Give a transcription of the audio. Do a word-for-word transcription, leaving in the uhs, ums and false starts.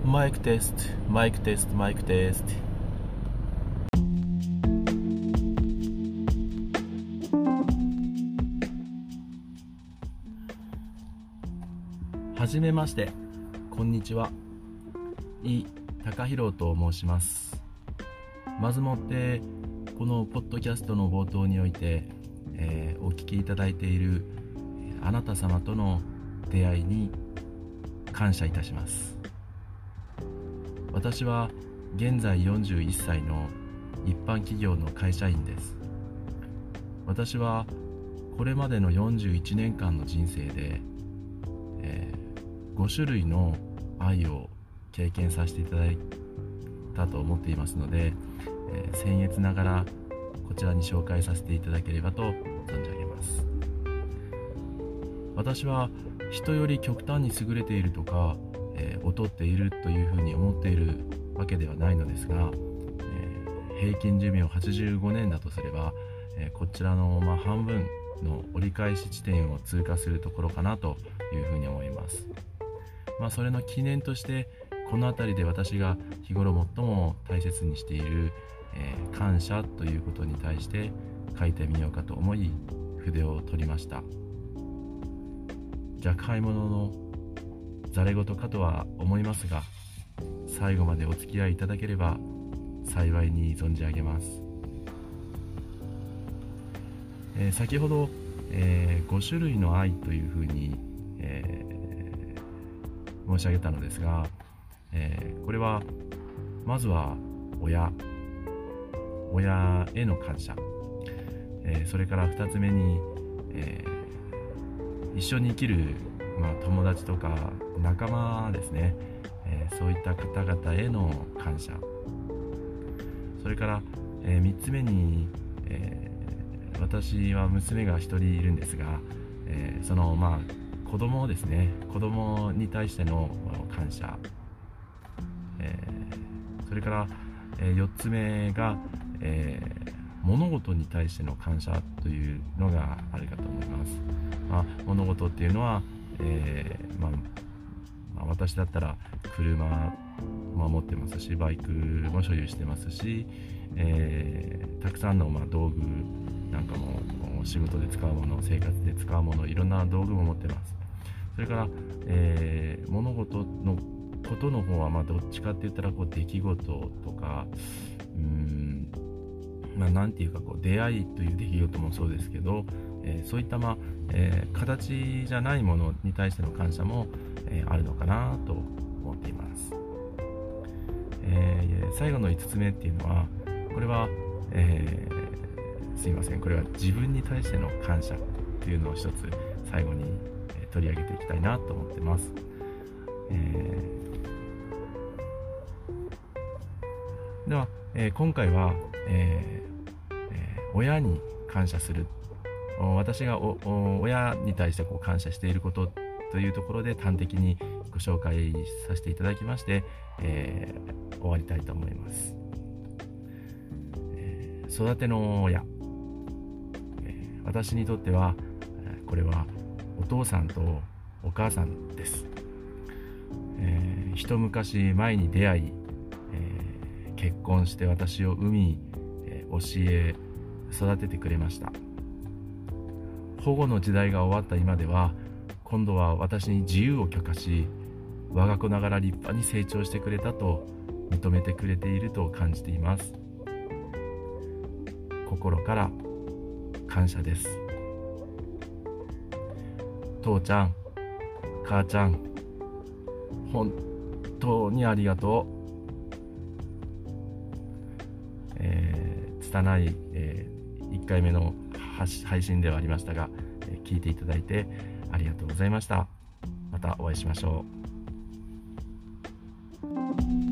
マイクテスト、マイクテスト、マイクテスト。はじめまして、こんにちは。井貴弘と申します。まずもってこのポッドキャストの冒頭において、えー、お聞きいただいているあなた様との出会いに感謝いたします。私は現在よんじゅういっさいの一般企業の会社員です。私はこれまでのよんじゅういちねんかんの人生で、えー、ごしゅるいの愛を経験させていただいたと思っていますので、えー、僭越ながらこちらに紹介させていただければと存じ上げます。私は人より極端に優れているとか、えー、劣っているというふうに思っているわけではないのですが、えー、平均寿命はちじゅうごねんだとすれば、えー、こちらの、まあ、半分の折り返し地点を通過するところかなというふうに思います。まあ、それの記念としてこの辺りで私が日頃最も大切にしている、えー、感謝ということに対して書いてみようかと思い筆を取りました。若輩者のざれ言かとは思いますが、最後までお付き合いいただければ幸いに存じ上げます。えー、先ほど、えー、ごしゅるいの愛というふうに、えー、申し上げたのですが、えー、これはまずは親親への感謝、えー、それからふたつめに、えー、一緒に生きる、まあ、友達とか仲間ですね、えー、そういった方々への感謝、それから、えー、みっつめに、えー、私は娘がひとりいるんですが、えー、そのまあ子供ですね子供に対しての感謝、えー、それから、えー、よっつめが、えー、物事に対しての感謝というのがあるかと思います。まあ、物事っていうのは、えーまあまあ、私だったら車も持ってますし、バイクも所有してますし、えー、たくさんのまあ道具なんかも仕事で使うもの、生活で使うもの、いろんな道具も持ってます。それから、えー、物事のことの方はまあどっちかって言ったらこう出来事とか、うーん、まあ、なんていうかこう出会いという出来事もそうですけど、えー、そういった、まあえー、形じゃないものに対しての感謝も、えー、あるのかなと思っています。えー、最後のいつつめっていうのは、これは、えー、すいませんこれは自分に対しての感謝っていうのを一つ最後に、えー、取り上げていきたいなと思ってます。えー、では、えー、今回は、えーえー、親に感謝する、私がおお親に対してこう感謝していることというところで端的にご紹介させていただきまして、えー、終わりたいと思います。えー、育ての親、えー、私にとってはこれはお父さんとお母さんです。えー、一昔前に出会い、えー、結婚して私を産み、えー、教え育ててくれました。保護の時代が終わった今では、今度は私に自由を許可し、我が子ながら立派に成長してくれたと認めてくれていると感じています。心から感謝です。父ちゃん、母ちゃん、本当にありがとう。えー、拙い、えー、いっかいめの配信ではありましたが、えー、聞いていただいてありがとうございました。またお会いしましょう。